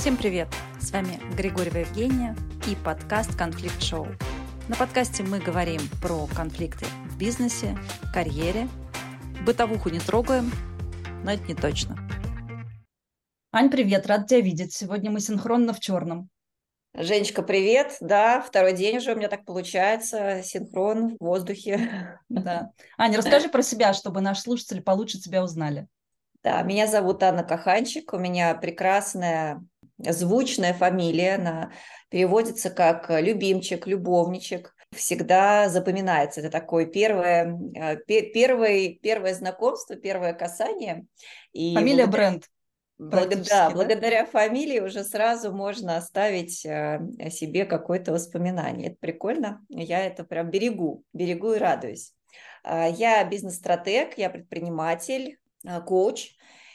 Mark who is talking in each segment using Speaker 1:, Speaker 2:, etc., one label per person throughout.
Speaker 1: Всем привет! С вами Григорьева Евгения и подкаст «Конфликт Шоу». На подкасте мы говорим про конфликты в бизнесе, карьере. Бытовуху не трогаем, но это не точно. Ань, привет! Рад тебя видеть. Сегодня мы синхронно в черном.
Speaker 2: Женечка, привет. Да, второй день уже у меня так получается. Синхрон в воздухе.
Speaker 1: Да. Аня, расскажи про себя, чтобы наши слушатели получше тебя узнали.
Speaker 2: Да, меня зовут Анна Коханчик. У меня прекрасная звучная фамилия. Она переводится как любимчик, любовничек. Всегда запоминается. Это такое первое знакомство, первое касание. И
Speaker 1: Фамилия бренд практически, да?
Speaker 2: благодаря фамилии уже сразу можно оставить о себе какое-то воспоминание. Это прикольно. Я это прям берегу и радуюсь. Я бизнес-стратег, я предприниматель, коуч.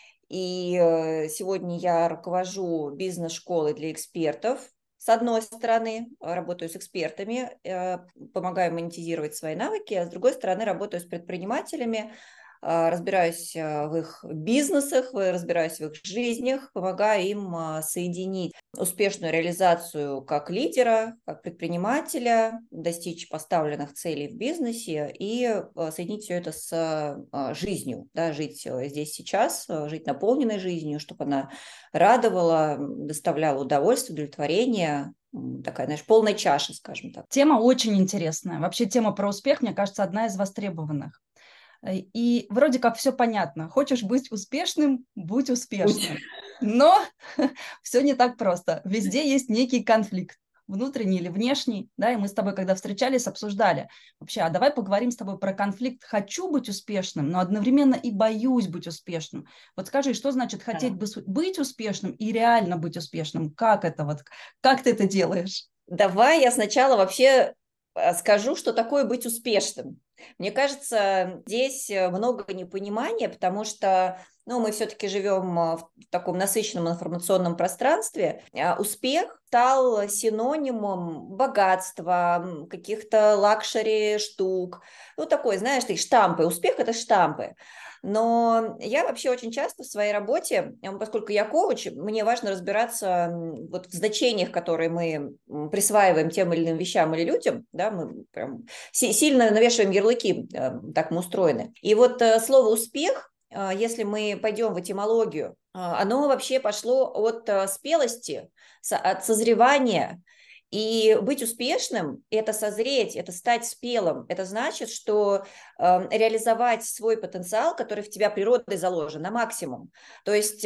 Speaker 2: И сегодня я руковожу бизнес-школой для экспертов. С одной стороны, работаю с экспертами, помогаю монетизировать свои навыки, а с другой стороны, работаю с предпринимателями, разбираюсь в их бизнесах, разбираюсь в их жизнях, помогаю им соединить успешную реализацию как лидера, как предпринимателя, достичь поставленных целей в бизнесе и соединить все это с жизнью, да, жить здесь сейчас, жить наполненной жизнью, чтобы она радовала, доставляла удовольствие, удовлетворение, такая, знаешь, полная чаша, скажем так.
Speaker 1: Тема очень интересная. Вообще тема про успех, мне кажется, одна из востребованных. И вроде как все понятно. Хочешь быть успешным, будь успешным. Но все не так просто. Везде есть некий конфликт, внутренний или внешний. Да, и мы с тобой, когда встречались, обсуждали. Вообще, а давай поговорим с тобой про конфликт. Хочу быть успешным, но одновременно и боюсь быть успешным. Вот скажи, что значит хотеть быть успешным и реально быть успешным? Как это вот? Как ты это делаешь?
Speaker 2: Давай я сначала вообще скажу, что такое быть успешным. Мне кажется, здесь много непонимания, потому что мы все-таки живем в таком насыщенном информационном пространстве. Успех стал синонимом богатства, каких-то лакшери штук. Такой, знаешь, ты штампы. Успех – это штампы. Но я вообще очень часто в своей работе, поскольку я коуч, мне важно разбираться вот в значениях, которые мы присваиваем тем или иным вещам или людям, да, мы прям сильно навешиваем ярлыки, так мы устроены. И вот слово «успех», если мы пойдем в этимологию, оно вообще пошло от спелости, от созревания. И быть успешным – это созреть, это стать спелым. Это значит, что реализовать свой потенциал, который в тебя природой заложен, на максимум. То есть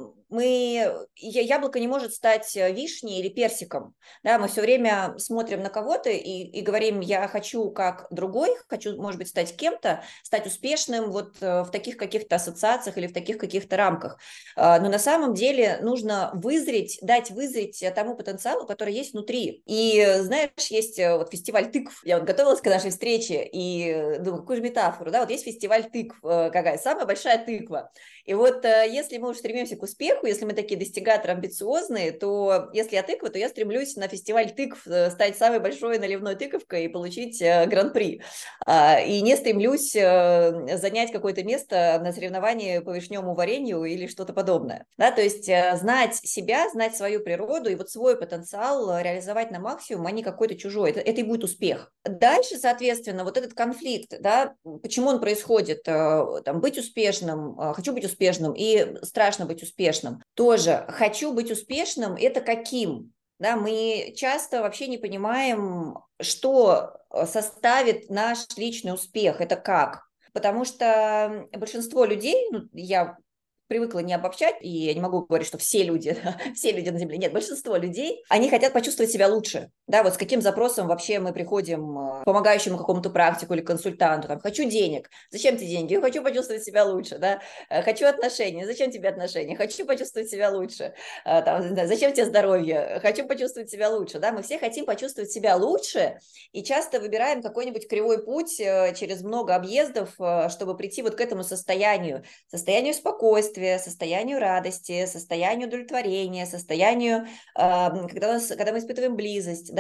Speaker 2: яблоко не может стать вишней или персиком. Да, мы все время смотрим на кого-то и говорим, я хочу как другой, хочу, может быть, стать кем-то, стать успешным вот в таких каких-то ассоциациях или в таких каких-то рамках. Но на самом деле нужно вызреть, дать вызреть тому потенциалу, который есть внутри. И знаешь, есть вот фестиваль тыкв. Я вот готовилась к нашей встрече и думаю, какую же метафору, да, вот есть фестиваль тыкв, какая самая большая тыква. И вот если мы уж стремимся к успеху, если мы такие достигаторы амбициозные, то если я тыква, то я стремлюсь на фестиваль тыкв стать самой большой наливной тыковкой и получить гран-при. И не стремлюсь занять какое-то место на соревновании по вишневому варенью или что-то подобное. Да, то есть знать себя, знать свою природу и вот свой потенциал реализовать на максимум, а не какой-то чужой. Это и будет успех. Дальше, соответственно, вот этот конфликт, да, почему он происходит? Там, быть успешным, хочу быть успешным и страшно быть успешным. Тоже хочу быть успешным, это каким? Да, мы часто вообще не понимаем, что составит наш личный успех, это как. Потому что большинство людей, я привыкла не обобщать, и я не могу говорить, что все люди, все люди на Земле, нет, большинство людей, они хотят почувствовать себя лучше, да, вот с каким запросом вообще мы приходим к помогающему какому-то практику или консультанту, там, хочу денег, зачем тебе деньги, я хочу почувствовать себя лучше, да, хочу отношения, зачем тебе отношения, хочу почувствовать себя лучше, там, да, зачем тебе здоровье, хочу почувствовать себя лучше, да, мы все хотим почувствовать себя лучше, и часто выбираем какой-нибудь кривой путь через много объездов, чтобы прийти вот к этому состоянию спокойствия, состоянию радости, состоянию удовлетворения, состоянию, когда мы испытываем близость, да,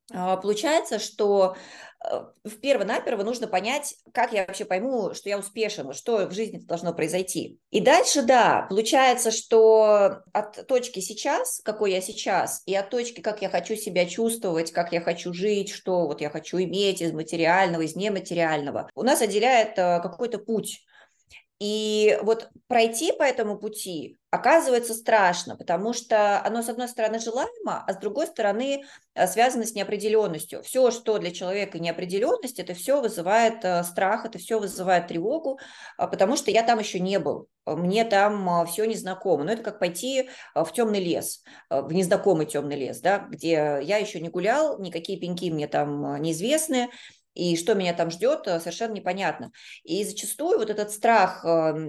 Speaker 2: Получается, что перво-наперво нужно понять, как я вообще пойму, что я успешен, что в жизни должно произойти. И дальше, да, получается, что от точки сейчас, какой я сейчас, и от точки, как я хочу себя чувствовать, как я хочу жить, что вот я хочу иметь из материального, из нематериального, у нас отделяет какой-то путь. И вот пройти по этому пути оказывается страшно, потому что оно, с одной стороны, желаемо, а с другой стороны, связано с неопределенностью. Все, что для человека неопределенность, это все вызывает страх, это все вызывает тревогу, потому что я там еще не был, мне там все незнакомо. Но это как пойти в темный лес, в незнакомый темный лес, да, где я еще не гулял, никакие пеньки мне там неизвестны, и что меня там ждет, совершенно непонятно. И зачастую вот этот страх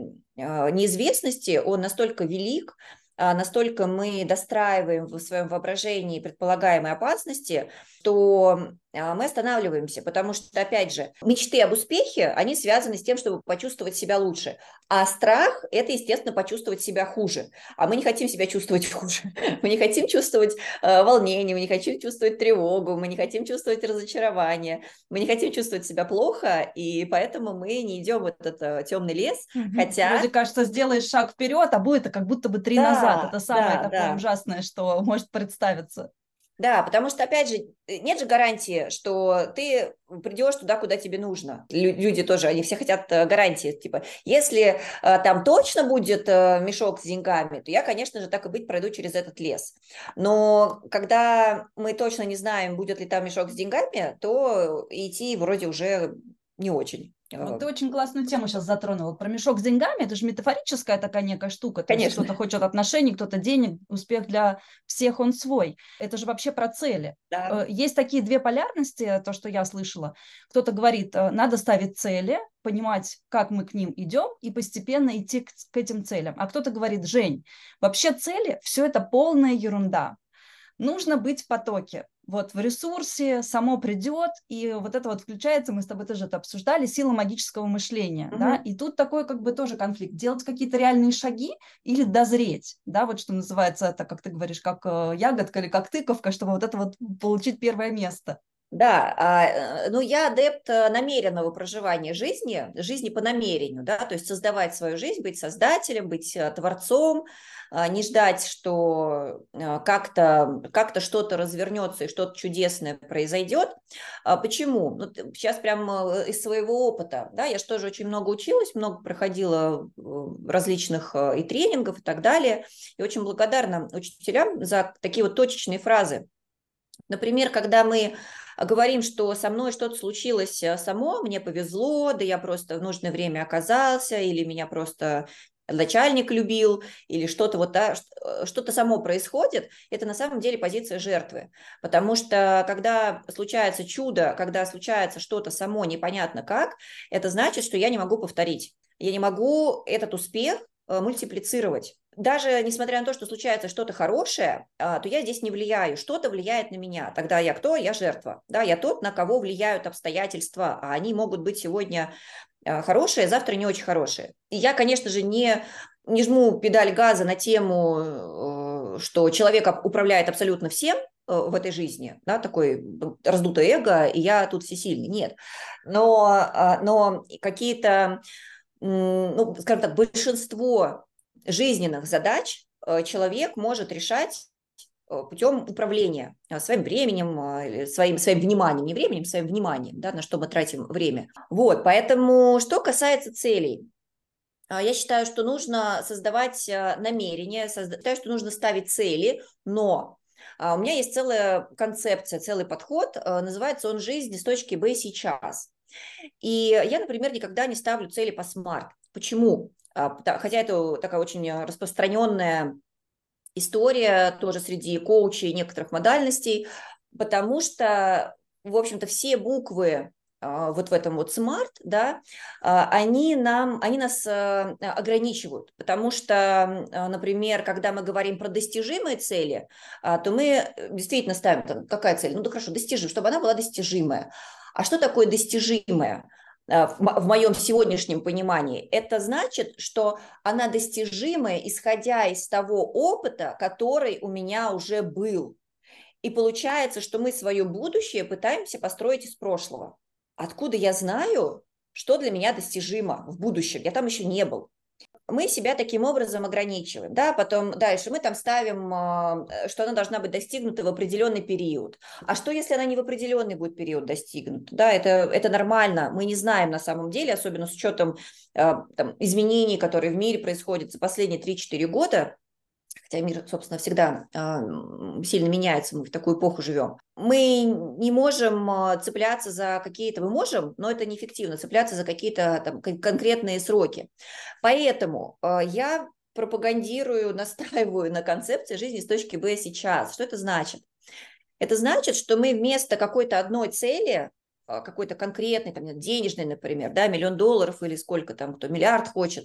Speaker 2: неизвестности, он настолько велик, настолько мы достраиваем в своем воображении предполагаемые опасности, что мы останавливаемся, потому что, опять же, мечты об успехе, они связаны с тем, чтобы почувствовать себя лучше, а страх – это, естественно, почувствовать себя хуже, а мы не хотим себя чувствовать хуже, мы не хотим чувствовать волнение, мы не хотим чувствовать тревогу, мы не хотим чувствовать разочарование, мы не хотим чувствовать себя плохо, и поэтому мы не идем в этот темный лес, хотя…
Speaker 1: Вроде кажется, сделаешь шаг вперед, а будет как будто бы три назад.
Speaker 2: Да,
Speaker 1: Это самое
Speaker 2: да,
Speaker 1: такое
Speaker 2: да.
Speaker 1: ужасное, что может представиться.
Speaker 2: Да, потому что, опять же, нет же гарантии, что ты придешь туда, куда тебе нужно. Люди тоже, они все хотят гарантии. Типа, если там точно будет мешок с деньгами, то я, конечно же, так и быть, пройду через этот лес. Но когда мы точно не знаем, будет ли там мешок с деньгами, то идти вроде уже не очень.
Speaker 1: Вот ты очень классную тему сейчас затронула. Про мешок с деньгами, это же метафорическая такая некая штука. То есть
Speaker 2: Конечно.
Speaker 1: кто-то хочет отношений, кто-то денег, успех для всех он свой. Это же вообще про цели.
Speaker 2: Да.
Speaker 1: Есть такие две полярности, то, что я слышала. Кто-то говорит, надо ставить цели, понимать, как мы к ним идем, и постепенно идти к этим целям. А кто-то говорит, Жень, вообще цели, все это полная ерунда. Нужно быть в потоке. Вот в ресурсе само придет, и вот это вот включается, мы с тобой тоже это обсуждали, сила магического мышления, да,
Speaker 2: Мгм.
Speaker 1: и тут такой как бы тоже конфликт, делать какие-то реальные шаги или дозреть, да, вот что называется, это, как ты говоришь, как ягодка или как тыковка, чтобы вот это вот получить первое место.
Speaker 2: Да, ну я адепт намеренного проживания жизни по намерению, да, то есть создавать свою жизнь, быть создателем, быть творцом, не ждать, что как-то что-то развернется и что-то чудесное произойдет. Почему? Ну, сейчас прямо из своего опыта, да, я же тоже очень много училась, много проходила различных и тренингов и так далее, и очень благодарна учителям за такие вот точечные фразы. Например, когда мы говорим, что со мной что-то случилось само, мне повезло, да я просто в нужное время оказался, или меня просто начальник любил, или что-то вот, да, что-то само происходит, это на самом деле позиция жертвы. Потому что когда случается чудо, когда случается что-то само непонятно как, это значит, что я не могу повторить. Я не могу этот успех мультиплицировать. Даже несмотря на то, что случается что-то хорошее, то я здесь не влияю, что-то влияет на меня. Тогда я кто? Я жертва. Да, я тот, на кого влияют обстоятельства, а они могут быть сегодня хорошие, а завтра не очень хорошие. И я, конечно же, не жму педаль газа на тему, что человек управляет абсолютно всем в этой жизни, да, такой раздутое эго, и я тут всесильный. Нет. Но какие-то, ну, скажем так, большинство жизненных задач человек может решать путем управления своим временем, своим вниманием, не временем, своим вниманием, да, на что мы тратим время. Вот, поэтому, что касается целей, я считаю, что нужно создавать намерения, считаю, что нужно ставить цели, но у меня есть целая концепция, целый подход, называется он «Жизнь с точки Б сейчас». И я, например, никогда не ставлю цели по смарт. Почему? Хотя это такая очень распространенная история тоже среди коучей некоторых модальностей, потому что, в общем-то, все буквы вот в этом вот смарт, да, они нас ограничивают, потому что, например, когда мы говорим про достижимые цели, то мы действительно ставим, там, какая цель? Ну да хорошо, достижим, чтобы она была достижимая. А что такое достижимое? В моем сегодняшнем понимании, это значит, что она достижимая, исходя из того опыта, который у меня уже был. И получается, что мы свое будущее пытаемся построить из прошлого. Откуда я знаю, что для меня достижимо в будущем? Я там еще не был. Мы себя таким образом ограничиваем, да, потом дальше мы там ставим, что она должна быть достигнута в определенный период. А что, если она не в определенный будет период достигнута? Да, это нормально, мы не знаем на самом деле, особенно с учетом там, изменений, которые в мире происходят за последние 3-4 года, хотя мир, собственно, всегда сильно меняется, мы в такую эпоху живем. Мы не можем цепляться за какие-то, мы можем, но это неэффективно, цепляться за какие-то там конкретные сроки. Поэтому я пропагандирую, настаиваю на концепции жизни с точки Б сейчас. Что это значит? Это значит, что мы вместо какой-то одной цели, какой-то конкретной, там, денежной, например, да, $1 миллион или сколько там, кто миллиард хочет,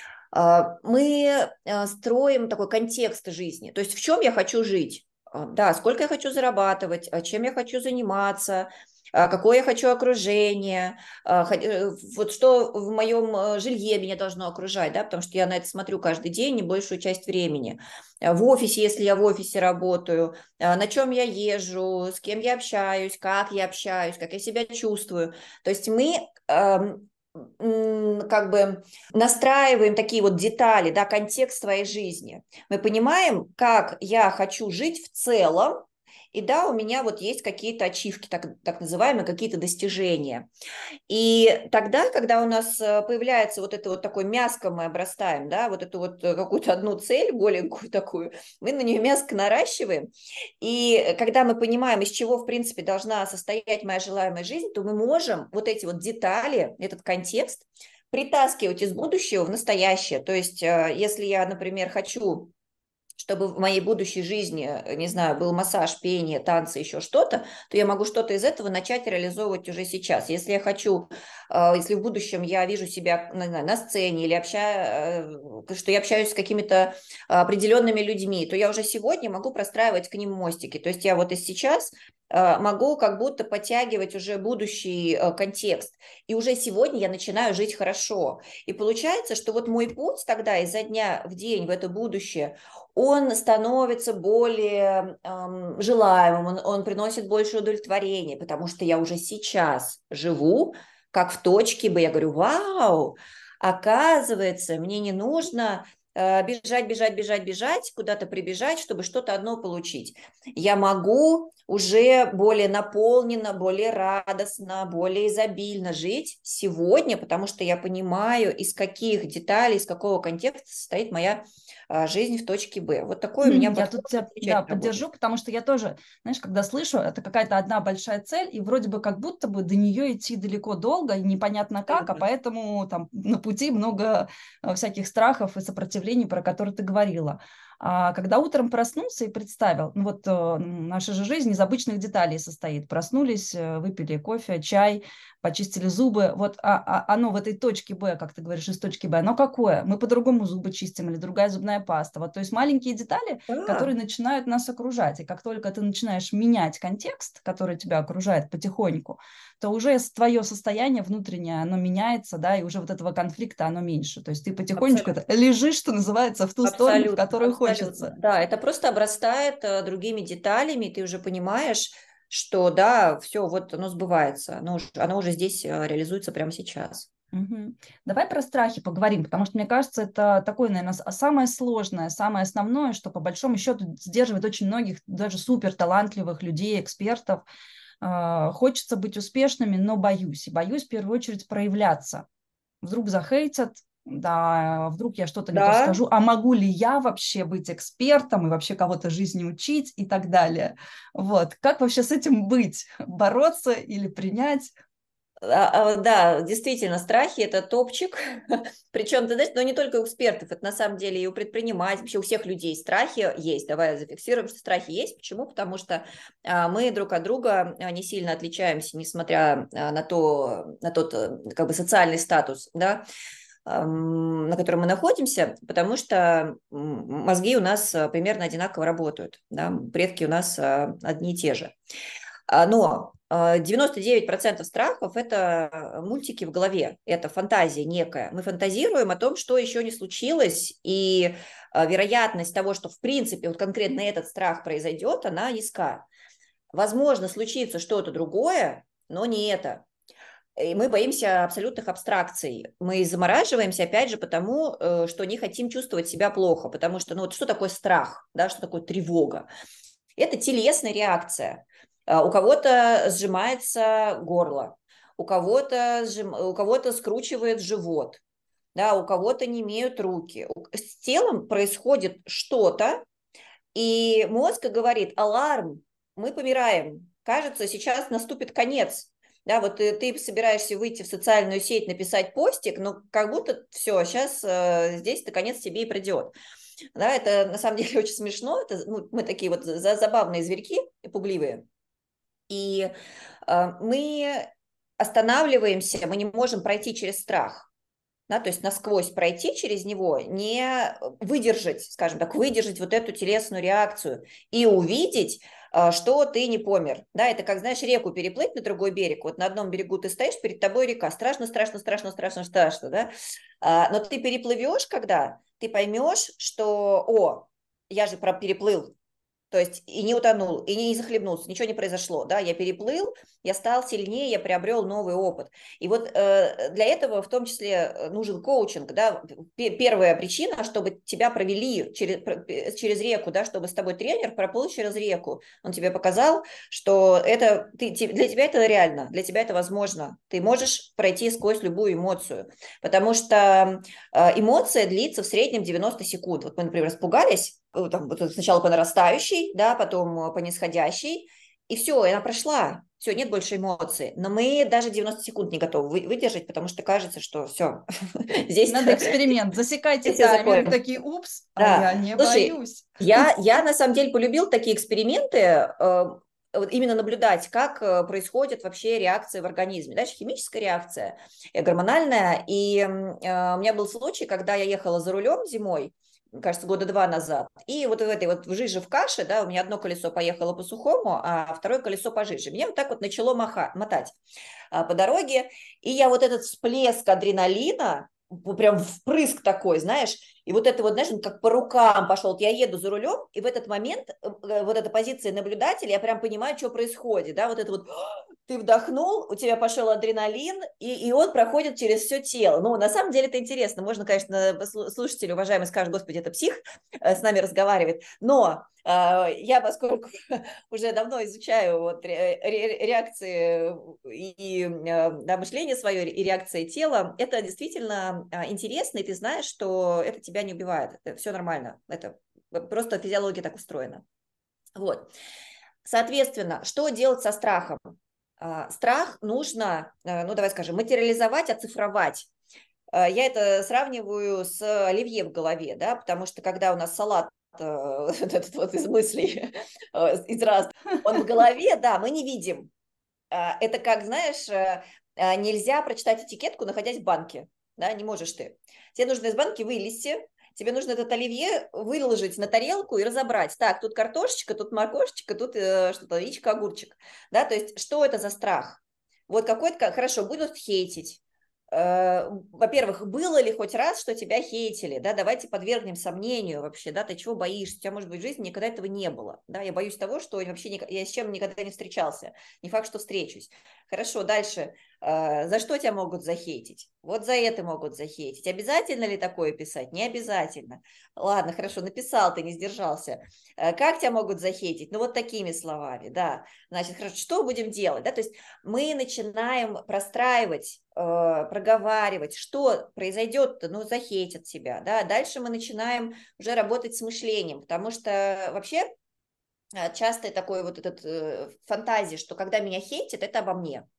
Speaker 2: мы строим такой контекст жизни. То есть в чем я хочу жить? Да, сколько я хочу зарабатывать, чем я хочу заниматься, какое я хочу окружение, вот что в моем жилье меня должно окружать, да, потому что я на это смотрю каждый день и большую часть времени. В офисе, если я в офисе работаю, на чем я езжу, с кем я общаюсь, как я себя чувствую. То есть мы как бы настраиваем такие вот детали, да, контекст своей жизни. Мы понимаем, как я хочу жить в целом, и да, у меня вот есть какие-то ачивки, так называемые, какие-то достижения. И тогда, когда у нас появляется вот это вот такое мяско, мы обрастаем, да, вот эту вот какую-то одну цель, голенькую такую, мы на нее мяско наращиваем. И когда мы понимаем, из чего, в принципе, должна состоять моя желаемая жизнь, то мы можем вот эти вот детали, этот контекст притаскивать из будущего в настоящее. То есть, если я, например, хочу, чтобы в моей будущей жизни, не знаю, был массаж, пение, танцы, еще что-то, то я могу что-то из этого начать реализовывать уже сейчас. Если я хочу, если в будущем я вижу себя на сцене или что я общаюсь с какими-то определенными людьми, то я уже сегодня могу простраивать к ним мостики. То есть я вот и сейчас могу как будто подтягивать уже будущий контекст. И уже сегодня я начинаю жить хорошо. И получается, что вот мой путь тогда изо дня в день в это будущее, он становится более желаемым, он приносит больше удовлетворения, потому что я уже сейчас живу как в точке Б. Я говорю, вау, оказывается, мне не нужно бежать, куда-то прибежать, чтобы что-то одно получить. Я могу уже более наполненно, более радостно, более изобильно жить сегодня, потому что я понимаю, из каких деталей, из какого контекста состоит моя жизнь в точке Б. Вот такой у меня
Speaker 1: Я
Speaker 2: подход.
Speaker 1: тут тебя, да, поддержу, потому что я тоже, знаешь, когда слышу, это какая-то одна большая цель, и вроде бы как будто бы до нее идти далеко долго, и непонятно как, а поэтому там на пути много всяких страхов и сопротивлений, про которые ты говорила. А когда утром проснулся и представил, ну вот наша же жизнь из обычных деталей состоит. Проснулись, выпили кофе, чай, почистили зубы. Вот оно в этой точке Б, как ты говоришь, из точки Б, оно какое? Мы по-другому зубы чистим или другая зубная паста. Вот, то есть маленькие детали,
Speaker 2: Да,
Speaker 1: которые начинают нас окружать. И как только ты начинаешь менять контекст, который тебя окружает потихоньку, то уже твое состояние внутреннее, оно меняется, да, и уже вот этого конфликта, оно меньше. То есть ты потихонечку
Speaker 2: абсолютно.
Speaker 1: лежишь, что называется, в ту сторону, в
Speaker 2: Абсолютно,
Speaker 1: которую
Speaker 2: абсолютно.
Speaker 1: хочется.
Speaker 2: Да, это просто обрастает другими деталями, и ты уже понимаешь, что да, все, вот оно сбывается, оно уже здесь реализуется прямо сейчас.
Speaker 1: Мгм. Давай про страхи поговорим, потому что, мне кажется, это такое, наверное, самое сложное, самое основное, что по большому счету сдерживает очень многих, даже супер талантливых людей, экспертов. Хочется быть успешными, но боюсь. И боюсь в первую очередь проявляться. Вдруг захейтят, да, вдруг я что-то не то
Speaker 2: Да,
Speaker 1: скажу, а могу ли я вообще быть экспертом и вообще кого-то жизни учить и так далее. Вот. Как вообще с этим быть? Бороться или принять?
Speaker 2: Да, действительно, страхи – это топчик. Причем, ты знаешь, но не только у экспертов, это на самом деле и у предпринимателей, вообще у всех людей страхи есть. Давай зафиксируем, что страхи есть. Почему? Потому что мы друг от друга не сильно отличаемся, несмотря на тот как бы социальный статус, да, на котором мы находимся, потому что мозги у нас примерно одинаково работают, да, предки у нас одни и те же. Но 99% страхов – это мультики в голове, это фантазия некая. Мы фантазируем о том, что еще не случилось, и вероятность того, что в принципе вот конкретно этот страх произойдет, она низка. Возможно, случится что-то другое, но не это. И мы боимся абсолютных абстракций. Мы замораживаемся, опять же, потому что не хотим чувствовать себя плохо. Потому что, ну вот что такое страх, да, что такое тревога? Это телесная реакция. У кого-то сжимается горло, у кого-то скручивает живот, да, у кого-то немеют руки. С телом происходит что-то, и мозг говорит: аларм, мы помираем, кажется, сейчас наступит конец. Да, вот ты собираешься выйти в социальную сеть, написать постик, но как будто все, сейчас здесь-то конец тебе и придет. Да, это на самом деле очень смешно, это, ну, мы такие вот забавные зверьки, пугливые, и мы останавливаемся, мы не можем пройти через страх. Да, то есть насквозь пройти через него, не выдержать, скажем так, выдержать вот эту телесную реакцию и увидеть, что ты не помер. Да, это как, знаешь, реку переплыть на другой берег. Вот на одном берегу ты стоишь, перед тобой река. Страшно, страшно, страшно, страшно, страшно, да? Но ты переплывешь, когда ты поймешь, что, о, я же переплыл, то есть и не утонул, и не захлебнулся, ничего не произошло, да, я переплыл, я стал сильнее, я приобрел новый опыт. И вот для этого в том числе нужен коучинг, да, первая причина, чтобы тебя провели через реку, да, чтобы с тобой тренер проплыл через реку, он тебе показал, что это, для тебя это реально, для тебя это возможно, ты можешь пройти сквозь любую эмоцию, потому что эмоция длится в среднем 90 секунд. Вот мы, например, испугались, там, вот сначала по нарастающей, да, потом по нисходящей, и все, и она прошла, все, нет больше эмоций. Но мы даже 90 секунд не готовы выдержать, потому что кажется, что все, здесь
Speaker 1: Надо эксперимент. Засекайте
Speaker 2: все
Speaker 1: таймер.
Speaker 2: закончится.
Speaker 1: Такие, упс, а
Speaker 2: Да,
Speaker 1: я не
Speaker 2: слушай,
Speaker 1: боюсь.
Speaker 2: я на самом деле полюбил такие эксперименты, вот именно наблюдать, как происходит вообще реакция в организме. Дальше химическая реакция, гормональная. И у меня был случай, когда я ехала за рулем зимой, кажется, года 2 назад, и вот в этой вот в жиже в каше, да, у меня одно колесо поехало по сухому, а второе колесо по жиже. Меня вот так вот начало мотать по дороге, и я вот этот всплеск адреналина, прям впрыск такой, знаешь, и вот это вот, знаешь, он как по рукам пошел. Вот я еду за рулем, и в этот момент вот эта позиция наблюдателя, я прям понимаю, что происходит, да, вот это вот ты вдохнул, у тебя пошел адреналин, и он проходит через все тело. Ну, на самом деле это интересно. Можно, конечно, слушатели, уважаемые, скажут: господи, это псих с нами разговаривает. Но я, поскольку уже давно изучаю вот реакции и да, мышление свое, и реакции тела, это действительно интересно, и ты знаешь, что это тебя не убивает. Это все нормально. Это просто физиология так устроена. Вот. Соответственно, что делать со страхом? Страх нужно, ну давай скажем, материализовать, оцифровать. Я это сравниваю с оливье в голове, да, потому что когда у нас салат этот вот из мыслей, из раз, он в голове, да, мы не видим. Это как, знаешь, нельзя прочитать этикетку, находясь в банке, да, не можешь ты. Тебе нужно из банки вылезти, тебе нужно этот оливье выложить на тарелку и разобрать. Так, тут картошечка, тут моркошечка, тут что-то, яичко, огурчик. Да, то есть что это за страх? Вот какой-то, хорошо, будут хейтить. Во-первых, было ли хоть раз, что тебя хейтили, да, давайте подвергнем сомнению вообще, да, ты чего боишься, у тебя, может быть, в жизни никогда этого не было, да, я боюсь того, что вообще я с чем никогда не встречался, не факт, что встречусь. Хорошо, дальше, за что тебя могут захейтить? Вот за это могут захейтить. Обязательно ли такое писать? Не обязательно. Ладно, хорошо, написал, ты не сдержался. Как тебя могут захейтить? Ну, вот такими словами, да. Значит, хорошо, что будем делать, да, то есть мы начинаем простраивать, проговаривать, что произойдет, ну, захейтят тебя, да, дальше мы начинаем уже работать с мышлением, потому что вообще часто такой вот этот фантазия, что когда меня хейтят, это обо мне,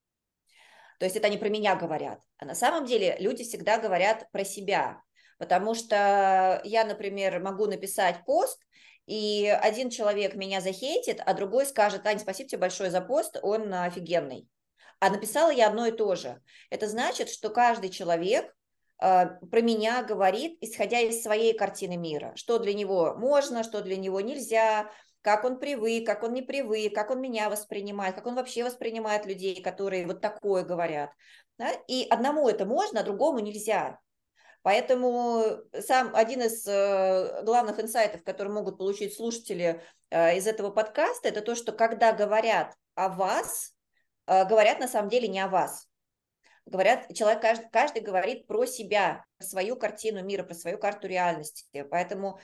Speaker 2: то есть это они про меня говорят, а на самом деле люди всегда говорят про себя, потому что я, например, могу написать пост, и один человек меня захейтит, а другой скажет: Ань, спасибо тебе большое за пост, он офигенный. А написала я одно и то же. Это значит, что каждый человек про меня говорит, исходя из своей картины мира, что для него можно, что для него нельзя, как он привык, как он не привык, как он меня воспринимает, как он вообще воспринимает людей, которые вот такое говорят. Да? И одному это можно, а другому нельзя. Поэтому сам один из главных инсайтов, которые могут получить слушатели из этого подкаста, это то, что когда говорят о вас, говорят на самом деле не о вас. Говорят, человек, каждый говорит про себя, про свою картину мира, про свою карту реальности. Поэтому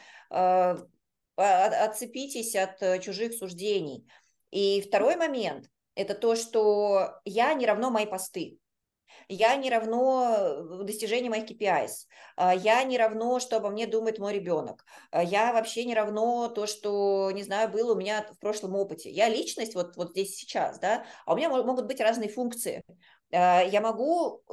Speaker 2: отцепитесь от чужих суждений. И второй момент – это то, что я не равно мои посты. Я не равно достижению моих KPIs, я не равно, что обо мне думает мой ребенок, я вообще не равно то, что, не знаю, было у меня в прошлом опыте. Я личность вот здесь сейчас, да, а у меня могут быть разные функции. Я могу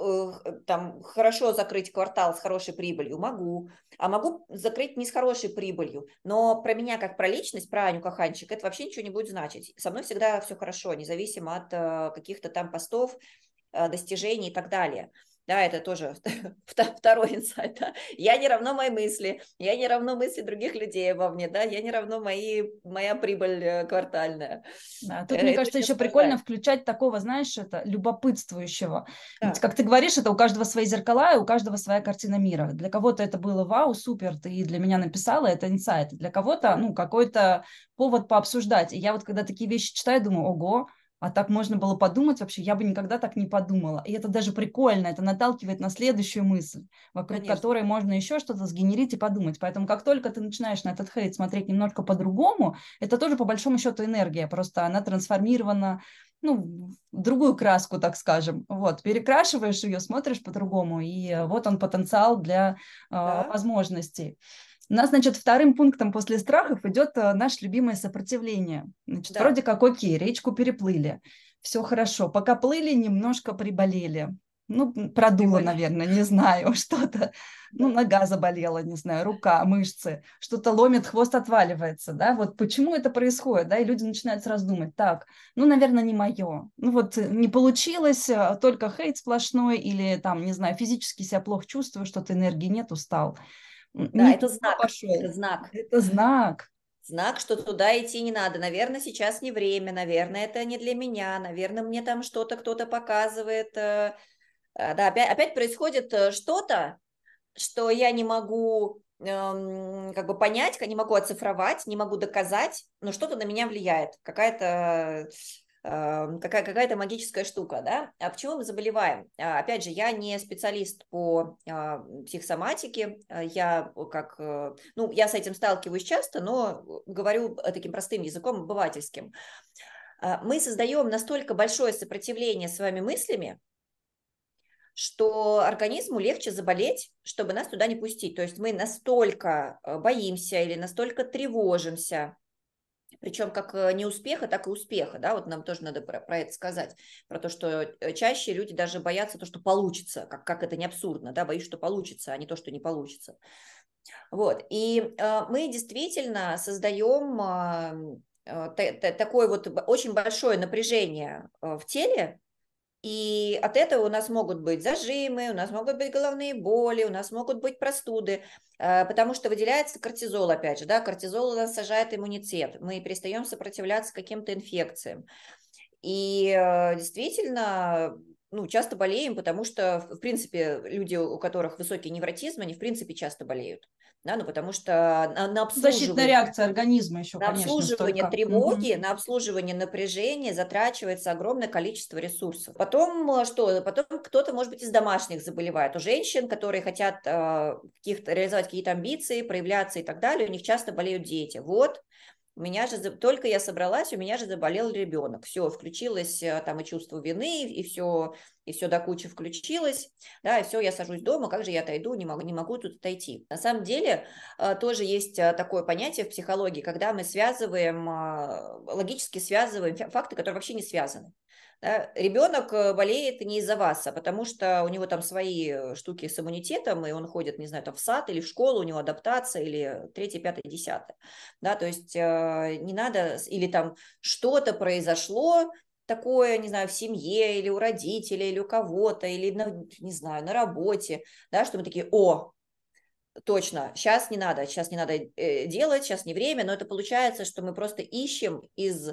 Speaker 2: там хорошо закрыть квартал с хорошей прибылью, могу, а могу закрыть не с хорошей прибылью, но про меня как про личность, про Аню Каханчик, это вообще ничего не будет значить. Со мной всегда все хорошо, независимо от каких-то там постов, достижений и так далее. Да, это тоже второй инсайт. Да? Я не равно мои мысли, я не равно мысли других людей обо мне, да, я не равно моя прибыль квартальная.
Speaker 1: Да, тут, мне
Speaker 2: Это
Speaker 1: кажется,
Speaker 2: очень
Speaker 1: еще прикольно
Speaker 2: осложняет.
Speaker 1: включать такого, знаешь, это любопытствующего. Ведь,
Speaker 2: Да,
Speaker 1: как ты говоришь, это у каждого свои зеркала, и у каждого своя картина мира. Для кого-то это было вау, супер, ты для меня написала, это инсайт. Для кого-то,
Speaker 2: да,
Speaker 1: ну, какой-то повод пообсуждать. И я вот, когда такие вещи читаю, думаю, ого, а так можно было подумать вообще, я бы никогда так не подумала. И это даже прикольно, это наталкивает на следующую мысль, вокруг
Speaker 2: конечно,
Speaker 1: которой можно еще что-то сгенерить и подумать. Поэтому как только ты начинаешь на этот хейт смотреть немножко по-другому, это тоже по большому счету энергия, просто она трансформирована, ну, в другую краску, так скажем. Вот, перекрашиваешь ее, смотришь по-другому, и вот он потенциал для
Speaker 2: да,
Speaker 1: возможностей. У нас, значит, вторым пунктом после страхов идет наше любимое сопротивление. Значит, вроде
Speaker 2: да,
Speaker 1: как окей, речку переплыли, все хорошо. Пока плыли, немножко приболели. Ну, продуло,
Speaker 2: приболь.
Speaker 1: наверное, не знаю, что-то. Ну,
Speaker 2: Да.
Speaker 1: нога заболела, не знаю, рука, мышцы, что-то ломит, хвост отваливается, да, вот почему это происходит, да, и люди начинают сразу думать, так, ну, наверное, не мое, ну, вот не получилось, только хейт сплошной или там, не знаю, физически себя плохо чувствую, что-то энергии нет, устал,
Speaker 2: Да,
Speaker 1: не
Speaker 2: это
Speaker 1: туда
Speaker 2: знак, это
Speaker 1: пошел,
Speaker 2: знак.
Speaker 1: это знак.
Speaker 2: Знак, что туда идти не надо. Наверное, сейчас не время, наверное, это не для меня, наверное, мне там что-то кто-то показывает. Да, опять происходит что-то, что я не могу как бы понять, не могу оцифровать, не могу доказать, но что-то на меня влияет, какая-то магическая штука, да? А почему мы заболеваем? Опять же, я не специалист по психосоматике, ну, я с этим сталкиваюсь часто, но говорю таким простым языком, обывательским. Мы создаем настолько большое сопротивление своими мыслями, что организму легче заболеть, чтобы нас туда не пустить. То есть мы настолько боимся или настолько тревожимся, причем как неуспеха, так и успеха, да, вот нам тоже надо про это сказать, про то, что чаще люди даже боятся то, что получится, как это не абсурдно, да, боюсь, что получится, а не то, что не получится. Вот, и мы действительно создаем такое вот очень большое напряжение в теле, и от этого у нас могут быть зажимы, у нас могут быть головные боли, у нас могут быть простуды, потому что выделяется кортизол, опять же, да, кортизол у нас сажает иммунитет, мы перестаем сопротивляться каким-то инфекциям. И действительно, ну, часто болеем, потому что, в принципе, люди, у которых высокий невротизм, они, в принципе, часто болеют, да, ну, потому что на
Speaker 1: Защитная
Speaker 2: обслуживание
Speaker 1: реакция организма еще,
Speaker 2: на
Speaker 1: конечно,
Speaker 2: обслуживание
Speaker 1: столько. Мгм.
Speaker 2: тревоги, на обслуживание напряжения затрачивается огромное количество ресурсов. Потом что? Потом кто-то, может быть, из домашних заболевает. У женщин, которые хотят реализовать какие-то амбиции, проявляться и так далее, у них часто болеют дети. Вот, у меня же только я собралась, у меня же заболел ребенок. Все, включилось там и чувство вины, и все до кучи включилось. Да, и все, я сажусь дома, как же я отойду, не могу тут отойти. На самом деле тоже есть такое понятие в психологии, когда мы логически связываем факты, которые вообще не связаны. Да? Ребенок болеет не из-за вас, а потому что у него там свои штуки с иммунитетом, и он ходит, не знаю, там в сад или в школу, у него адаптация или третье, пятое, десятое. Да, то есть не надо, или там что-то произошло, такое, не знаю, в семье или у родителей, или у кого-то, или, не знаю, на работе, да, что мы такие, о, точно, сейчас не надо делать, сейчас не время, но это получается, что мы просто ищем из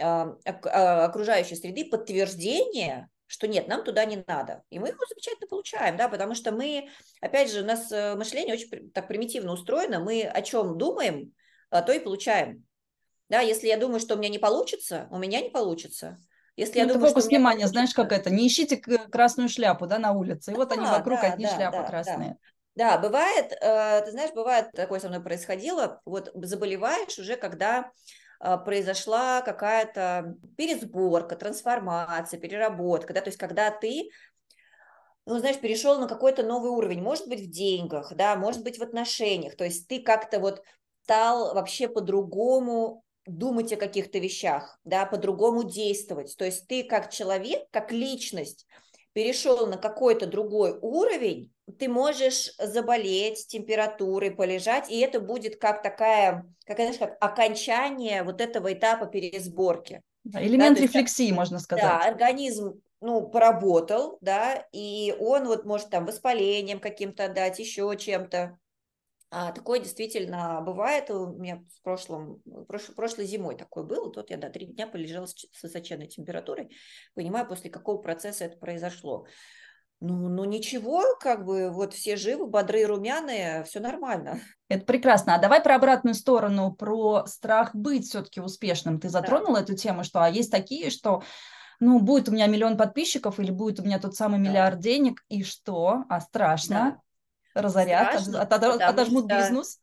Speaker 2: окружающей среды подтверждение, что нет, нам туда не надо. И мы его замечательно получаем, да, потому что мы, опять же, у нас мышление очень так примитивно устроено, мы о чем думаем, то и получаем. Да, если я думаю, что у меня не получится, у меня не получится. Если
Speaker 1: Ну,
Speaker 2: я
Speaker 1: это
Speaker 2: думаю, что у
Speaker 1: фокус
Speaker 2: меня
Speaker 1: внимания, знаешь, как
Speaker 2: получится,
Speaker 1: это, не ищите красную шляпу, да, на улице, и вот они
Speaker 2: да,
Speaker 1: вокруг,
Speaker 2: да,
Speaker 1: одни
Speaker 2: да,
Speaker 1: шляпы
Speaker 2: да, да.
Speaker 1: красные.
Speaker 2: Да, бывает, ты знаешь, бывает, такое со мной происходило, вот заболеваешь уже, когда произошла какая-то пересборка, трансформация, переработка, да, то есть когда ты, ну, знаешь, перешел на какой-то новый уровень, может быть, в деньгах, да, может быть, в отношениях, то есть ты как-то вот стал вообще по-другому думать о каких-то вещах, да, по-другому действовать, то есть ты как человек, как личность перешел на какой-то другой уровень, ты можешь заболеть температурой, полежать, и это будет как такая, как, знаешь, как окончание вот этого этапа пересборки,
Speaker 1: Да,
Speaker 2: да,
Speaker 1: элемент
Speaker 2: то есть
Speaker 1: рефлексии, можно
Speaker 2: да,
Speaker 1: сказать.
Speaker 2: организм, ну, поработал, да, и он вот может там воспалением каким-то отдать, еще чем-то. Такое действительно бывает. У меня прошлой зимой такое было. Тут я, да, 3 дня полежала с высоченной температурой. Понимаю, после какого процесса это произошло. Ну ничего, как бы вот все живы, бодрые, румяные, все нормально.
Speaker 1: Это прекрасно. А давай про обратную сторону, про страх быть все-таки успешным. Ты
Speaker 2: Да,
Speaker 1: затронула эту тему, что есть такие, что, ну, будет у меня миллион подписчиков или будет у меня тот самый
Speaker 2: да,
Speaker 1: миллиард денег, и что? А страшно,
Speaker 2: да.
Speaker 1: разорят,
Speaker 2: Страшно, потому
Speaker 1: отожмут
Speaker 2: что
Speaker 1: бизнес.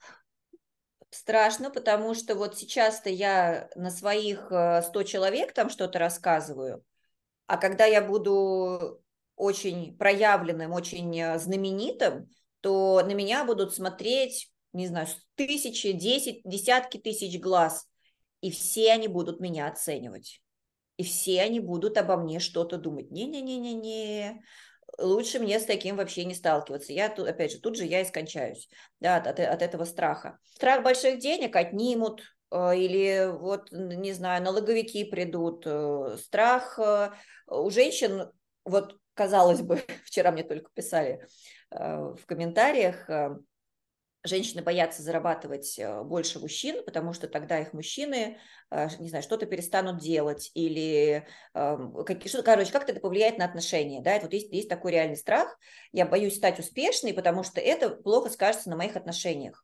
Speaker 2: страшно, потому что вот сейчас-то я на своих 100 человек там что-то рассказываю, а когда я буду очень проявленным, очень знаменитым, то на меня будут смотреть, не знаю, тысячи, десятки тысяч глаз, и все они будут меня оценивать. И все они будут обо мне что-то думать. Не-не-не-не-не, лучше мне с таким вообще не сталкиваться. Я тут, опять же, тут же я и скончаюсь, да, от этого страха. Страх больших денег отнимут, или вот, не знаю, налоговики придут. Страх у женщин, вот, казалось бы, вчера мне только писали в комментариях, женщины боятся зарабатывать больше мужчин, потому что тогда их мужчины, не знаю, что-то перестанут делать или, короче, как-то это повлияет на отношения, да, это вот есть такой реальный страх, я боюсь стать успешной, потому что это плохо скажется на моих отношениях.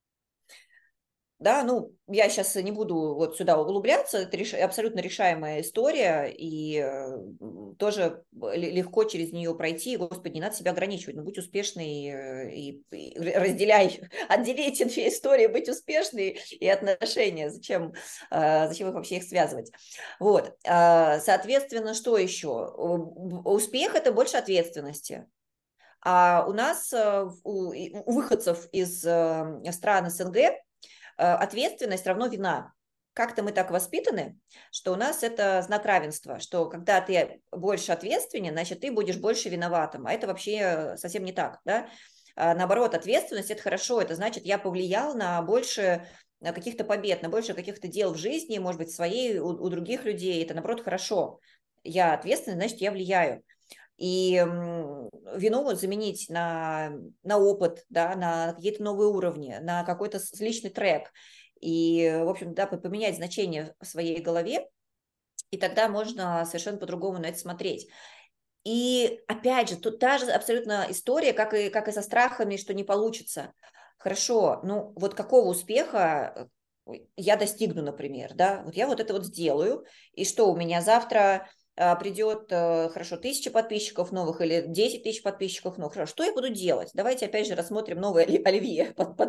Speaker 2: Да, ну, я сейчас не буду вот сюда углубляться, это абсолютно решаемая история, и тоже легко через нее пройти. Господи, не надо себя ограничивать, ну, будь успешной и разделяй, отделите две истории, быть успешной и отношения. Зачем их вообще их связывать? Вот, соответственно, что еще? Успех – это больше ответственности. А у нас, у выходцев из стран СНГ, ответственность равно вина. Как-то мы так воспитаны, что у нас это знак равенства, что когда ты больше ответственен, значит, ты будешь больше виноватым. А это вообще совсем не так, да? Наоборот, ответственность – это хорошо, это значит, я повлиял на больше каких-то побед, на больше каких-то дел в жизни, может быть, своей, у других людей. Это, наоборот, хорошо. Я ответственный, значит, я влияю. И вину заменить на опыт, да, на какие-то новые уровни, на какой-то личный трек. И, в общем, да, поменять значение в своей голове, и тогда можно совершенно по-другому на это смотреть. И опять же, тут та же абсолютно история, как и со страхами, что не получится. Хорошо, ну вот какого успеха я достигну, например, да, вот я вот это вот сделаю, и что у меня завтра придет, хорошо, 1000 подписчиков новых или 10 тысяч подписчиков новых, хорошо, что я буду делать? Давайте опять же рассмотрим новое Оливье под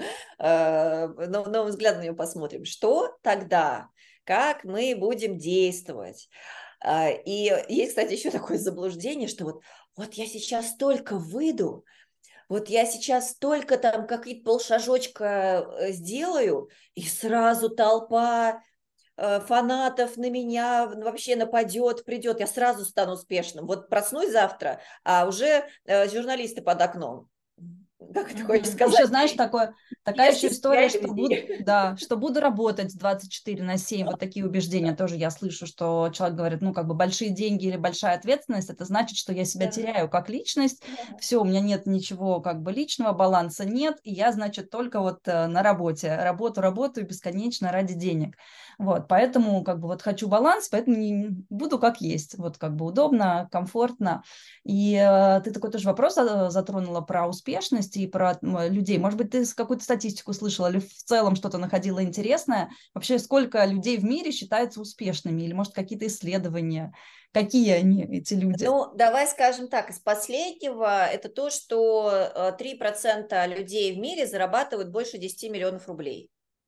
Speaker 2: новым взглядом на него посмотрим. Что тогда? Как мы будем действовать? И есть, кстати, еще такое заблуждение, что вот я сейчас столько выйду, вот я сейчас столько там какие-то полшажочка сделаю, и сразу толпа фанатов на меня вообще нападет, придет, я сразу стану успешным. Вот проснусь завтра, а уже журналисты под окном. Как ты хочешь
Speaker 1: Еще,
Speaker 2: сказать?
Speaker 1: знаешь, такая
Speaker 2: Ешьте
Speaker 1: еще
Speaker 2: себя
Speaker 1: история,
Speaker 2: и
Speaker 1: что буду,
Speaker 2: людей.
Speaker 1: да, что буду работать 24/7. Вот такие убеждения тоже я слышу, что человек говорит, ну, как бы большие деньги или большая ответственность, это значит, что я себя
Speaker 2: Да.
Speaker 1: теряю как личность, все, у меня нет ничего как бы личного, баланса нет, и я, значит, только вот на работе. Работаю бесконечно ради денег. Вот, поэтому как бы вот хочу баланс, поэтому буду как есть. Вот как бы удобно, комфортно. И ты такой тоже вопрос затронула про успешность и про людей. Может быть, ты какую-то статистику слышала или в целом что-то находила интересное? Вообще, сколько людей в мире считаются успешными? Или, может, какие-то исследования? Какие они, эти люди?
Speaker 2: Ну, давай скажем так, из последнего это то, что 3% людей в мире зарабатывают больше 10 миллионов рублей.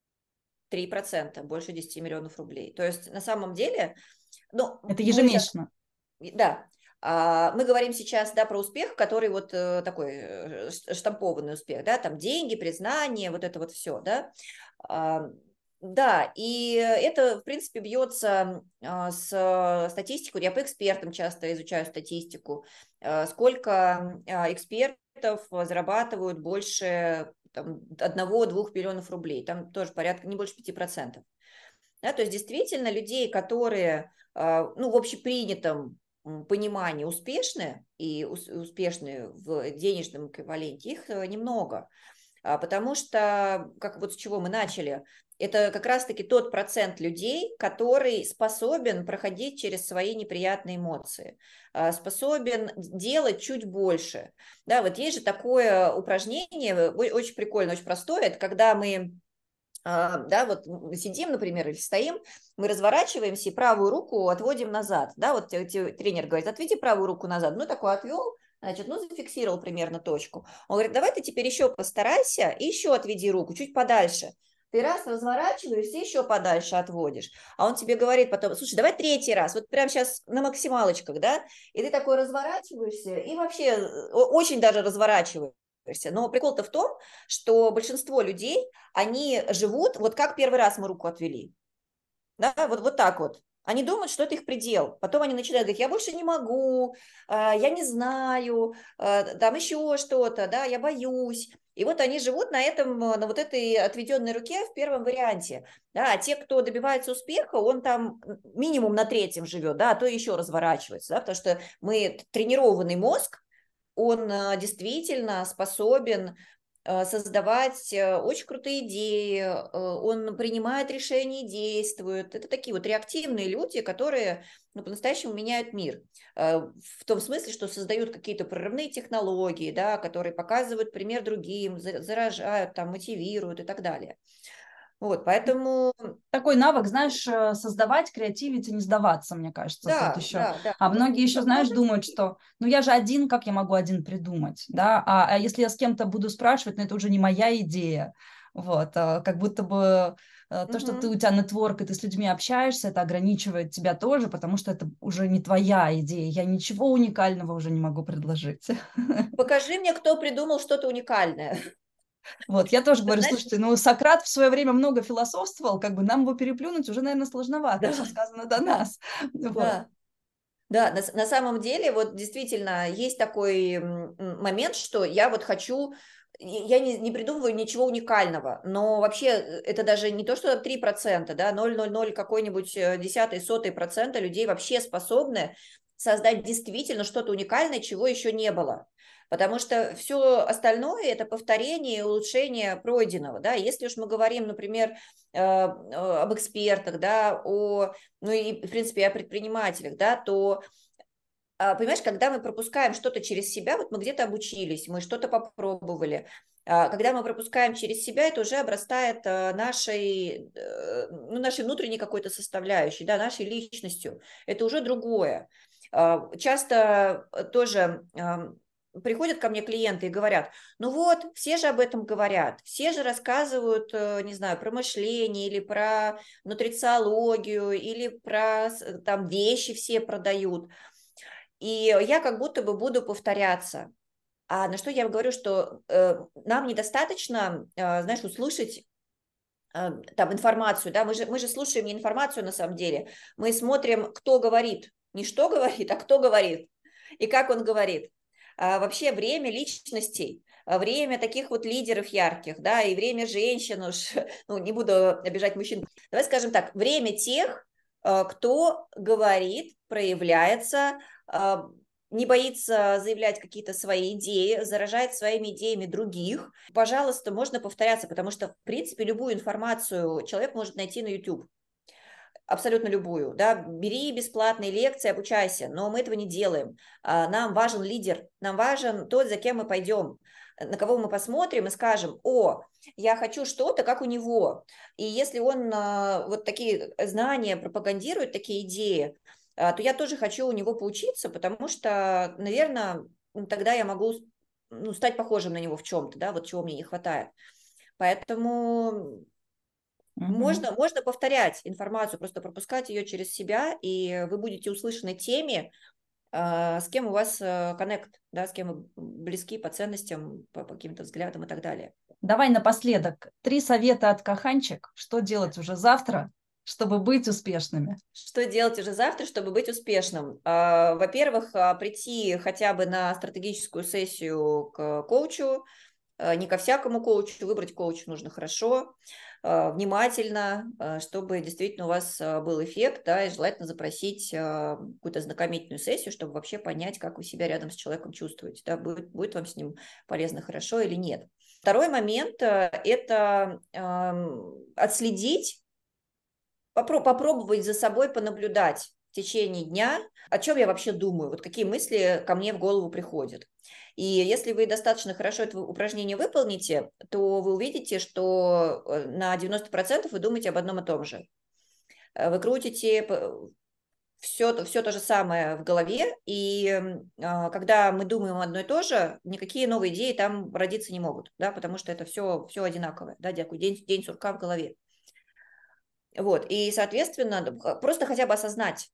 Speaker 2: 3% больше 10 миллионов рублей. То есть на самом деле, ну,
Speaker 1: Это
Speaker 2: мы сейчас,
Speaker 1: ежемесячно.
Speaker 2: да, мы говорим сейчас, да, про успех, который вот такой штампованный успех, да, там деньги, признание, вот это вот все, да. Да, и это, в принципе, бьется с статистикой. Я по экспертам часто изучаю статистику. Сколько экспертов зарабатывают больше 1-2 миллионов рублей. Там тоже порядка не больше 5%. Да, то есть действительно людей, которые, ну, в общепринятом понимании успешны и успешны в денежном эквиваленте, их немного. Потому что, как вот с чего мы начали, это как раз-таки тот процент людей, который способен проходить через свои неприятные эмоции, способен делать чуть больше. Да, вот есть же такое упражнение, очень прикольно, очень простое, это когда мы да, вот мы сидим, например, или стоим, мы разворачиваемся и правую руку отводим назад, да, вот тренер говорит, отведи правую руку назад, ну, такой отвел, значит, ну, зафиксировал примерно точку. Он говорит, давай ты теперь еще постарайся и еще отведи руку чуть подальше. Ты раз разворачиваешься, еще подальше отводишь. А он тебе говорит потом, слушай, давай третий раз, вот прямо сейчас на максималочках, да, и ты такой разворачиваешься и вообще очень даже разворачиваешься. Но прикол-то в том, что большинство людей, они живут, вот как первый раз мы руку отвели, да, вот так вот. Они думают, что это их предел. Потом они начинают говорить, я больше не могу, я не знаю, там еще что-то, да, я боюсь. И вот они живут на этом, на вот этой отведенной руке в первом варианте. Да, а те, кто добивается успеха, он там минимум на третьем живет, да, а то еще разворачивается, да, потому что мы тренированный мозг, он действительно способен создавать очень крутые идеи, он принимает решения и действует. Это такие вот реактивные люди, которые, ну, по-настоящему меняют мир. В том смысле, что создают какие-то прорывные технологии, да, которые показывают пример другим, заражают, там, мотивируют и так далее. Вот, поэтому,
Speaker 1: Такой навык, знаешь, создавать, креативить и не сдаваться, мне кажется, тут
Speaker 2: да,
Speaker 1: еще.
Speaker 2: да, да.
Speaker 1: А многие еще, знаешь,
Speaker 2: Можно
Speaker 1: думают, что, ну, я же один, как я могу один придумать, да? А если я с кем-то буду спрашивать, ну, это уже не моя идея. Вот, как будто бы то, что
Speaker 2: Мгм.
Speaker 1: у тебя нетворк, и ты с людьми общаешься, это ограничивает тебя тоже, потому что это уже не твоя идея. Я ничего уникального уже не могу предложить.
Speaker 2: Покажи мне, кто придумал что-то уникальное.
Speaker 1: Вот, я тоже говорю,
Speaker 2: Знаешь,
Speaker 1: слушайте, ну, Сократ в свое время много философствовал, как бы нам его переплюнуть уже, наверное, сложновато, все
Speaker 2: да,
Speaker 1: сказано до нас. Вот.
Speaker 2: да. Да, на самом деле, вот действительно есть такой момент, что я вот хочу, я не придумываю ничего уникального, но вообще это даже не то, что 3%, да, 0,00 какой-нибудь десятый, сотый процента людей вообще способны создать действительно что-то уникальное, чего еще не было. Потому что все остальное – это повторение и улучшение пройденного. Да? Если уж мы говорим, например, об экспертах, да, ну и, в принципе, о предпринимателях, да, то понимаешь, когда мы пропускаем что-то через себя, вот мы где-то обучились, мы что-то попробовали, когда мы пропускаем через себя, это уже обрастает ну, нашей внутренней какой-то составляющей, да, нашей личностью. Это уже другое. Часто тоже приходят ко мне клиенты и говорят, ну вот, все же об этом говорят, все же рассказывают, не знаю, про мышление или про нутрициологию, или про там вещи все продают. И я как будто бы буду повторяться. А на что я говорю, что нам недостаточно, знаешь, услышать там информацию, да, мы же слушаем не информацию на самом деле, мы смотрим, кто говорит, не что говорит, а кто говорит и как он говорит. Вообще время личностей, время таких вот лидеров ярких, да, и время женщин уж, ну, не буду обижать мужчин. Давай скажем так, время тех, кто говорит, проявляется, не боится заявлять какие-то свои идеи, заражает своими идеями других. Пожалуйста, можно повторяться, потому что, в принципе, любую информацию человек может найти на YouTube. Абсолютно любую, да, бери бесплатные лекции, обучайся, но мы этого не делаем. Нам важен лидер, нам важен тот, за кем мы пойдем, на кого мы посмотрим и скажем: о, я хочу что-то, как у него. И если он вот такие знания пропагандирует, такие идеи, то я тоже хочу у него поучиться, потому что, наверное, тогда я могу, ну, стать похожим на него в чем-то, да, вот чего мне не хватает. Поэтому можно повторять информацию, просто пропускать ее через себя, и вы будете услышаны теми, с кем у вас коннект, да, с кем вы близки по ценностям, по каким-то взглядам и так далее.
Speaker 1: Давай напоследок 3 совета от Коханчик, что делать уже завтра, чтобы быть успешными.
Speaker 2: Что делать уже завтра, чтобы быть успешным? Во-первых, прийти хотя бы на стратегическую сессию к коучу, не ко всякому коучу, выбрать коуча нужно хорошо, внимательно, чтобы действительно у вас был эффект, да, и желательно запросить какую-то знакомительную сессию, чтобы вообще понять, как вы себя рядом с человеком чувствуете, да, будет вам с ним полезно, хорошо или нет. Второй момент – это отследить, попробовать за собой понаблюдать в течение дня, о чем я вообще думаю, вот какие мысли ко мне в голову приходят. И если вы достаточно хорошо это упражнение выполните, то вы увидите, что на 90% вы думаете об одном и том же. Вы крутите все то же самое в голове, и когда мы думаем одно и то же, никакие новые идеи там родиться не могут, да, потому что это все одинаковое, да, день сурка в голове. Вот, и, соответственно, просто хотя бы осознать,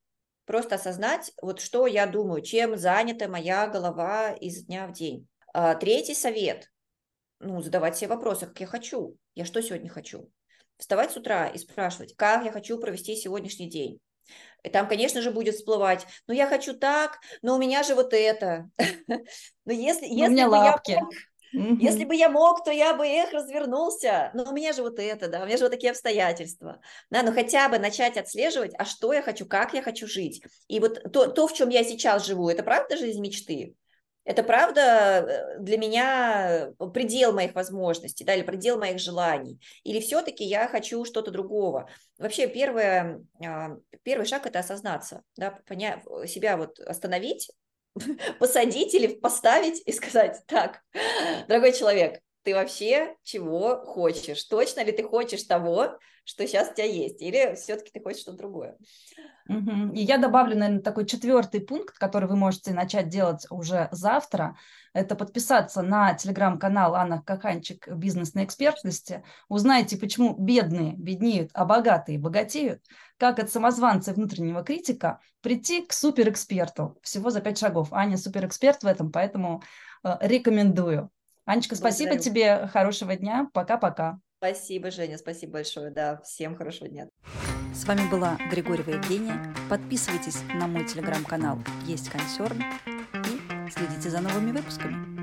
Speaker 2: вот что я думаю, чем занята моя голова из дня в день. Третий совет, ну, задавать себе вопросы, как я хочу, я что сегодня хочу. Вставать с утра и спрашивать, как я хочу провести сегодняшний день. И там, конечно же, будет всплывать, ну, я хочу так, но у меня же вот это. Но если бы я мог... Если бы я мог, то я бы развернулся. Но у меня же вот это, да, у меня же вот такие обстоятельства. Да, но хотя бы начать отслеживать, а что я хочу, как я хочу жить. И вот то, в чем я сейчас живу, это правда жизнь мечты? Это правда для меня предел моих возможностей, да, или предел моих желаний? Или все-таки я хочу что-то другого? Вообще первый шаг – это осознаться, да, себя вот остановить, посадить или поставить и сказать: так, дорогой человек, ты вообще чего хочешь? Точно ли ты хочешь того, что сейчас у тебя есть? Или все-таки ты хочешь что-то другое?
Speaker 1: И я добавлю, наверное, такой 4-й пункт, который вы можете начать делать уже завтра. Это подписаться на телеграм-канал Анна Коханчик «Бизнес на экспертности». Узнайте, почему бедные беднеют, а богатые богатеют. Как от самозванца внутреннего критика прийти к суперэксперту. Всего за 5 шагов. Аня суперэксперт в этом, поэтому рекомендую. Анечка, спасибо тебе. Хорошего дня. Пока-пока.
Speaker 2: Спасибо, Женя. Спасибо большое. Да, всем хорошего дня.
Speaker 3: С вами была Григорьева Евгения. Подписывайтесь на мой телеграм-канал «Есть консерн» и следите за новыми выпусками.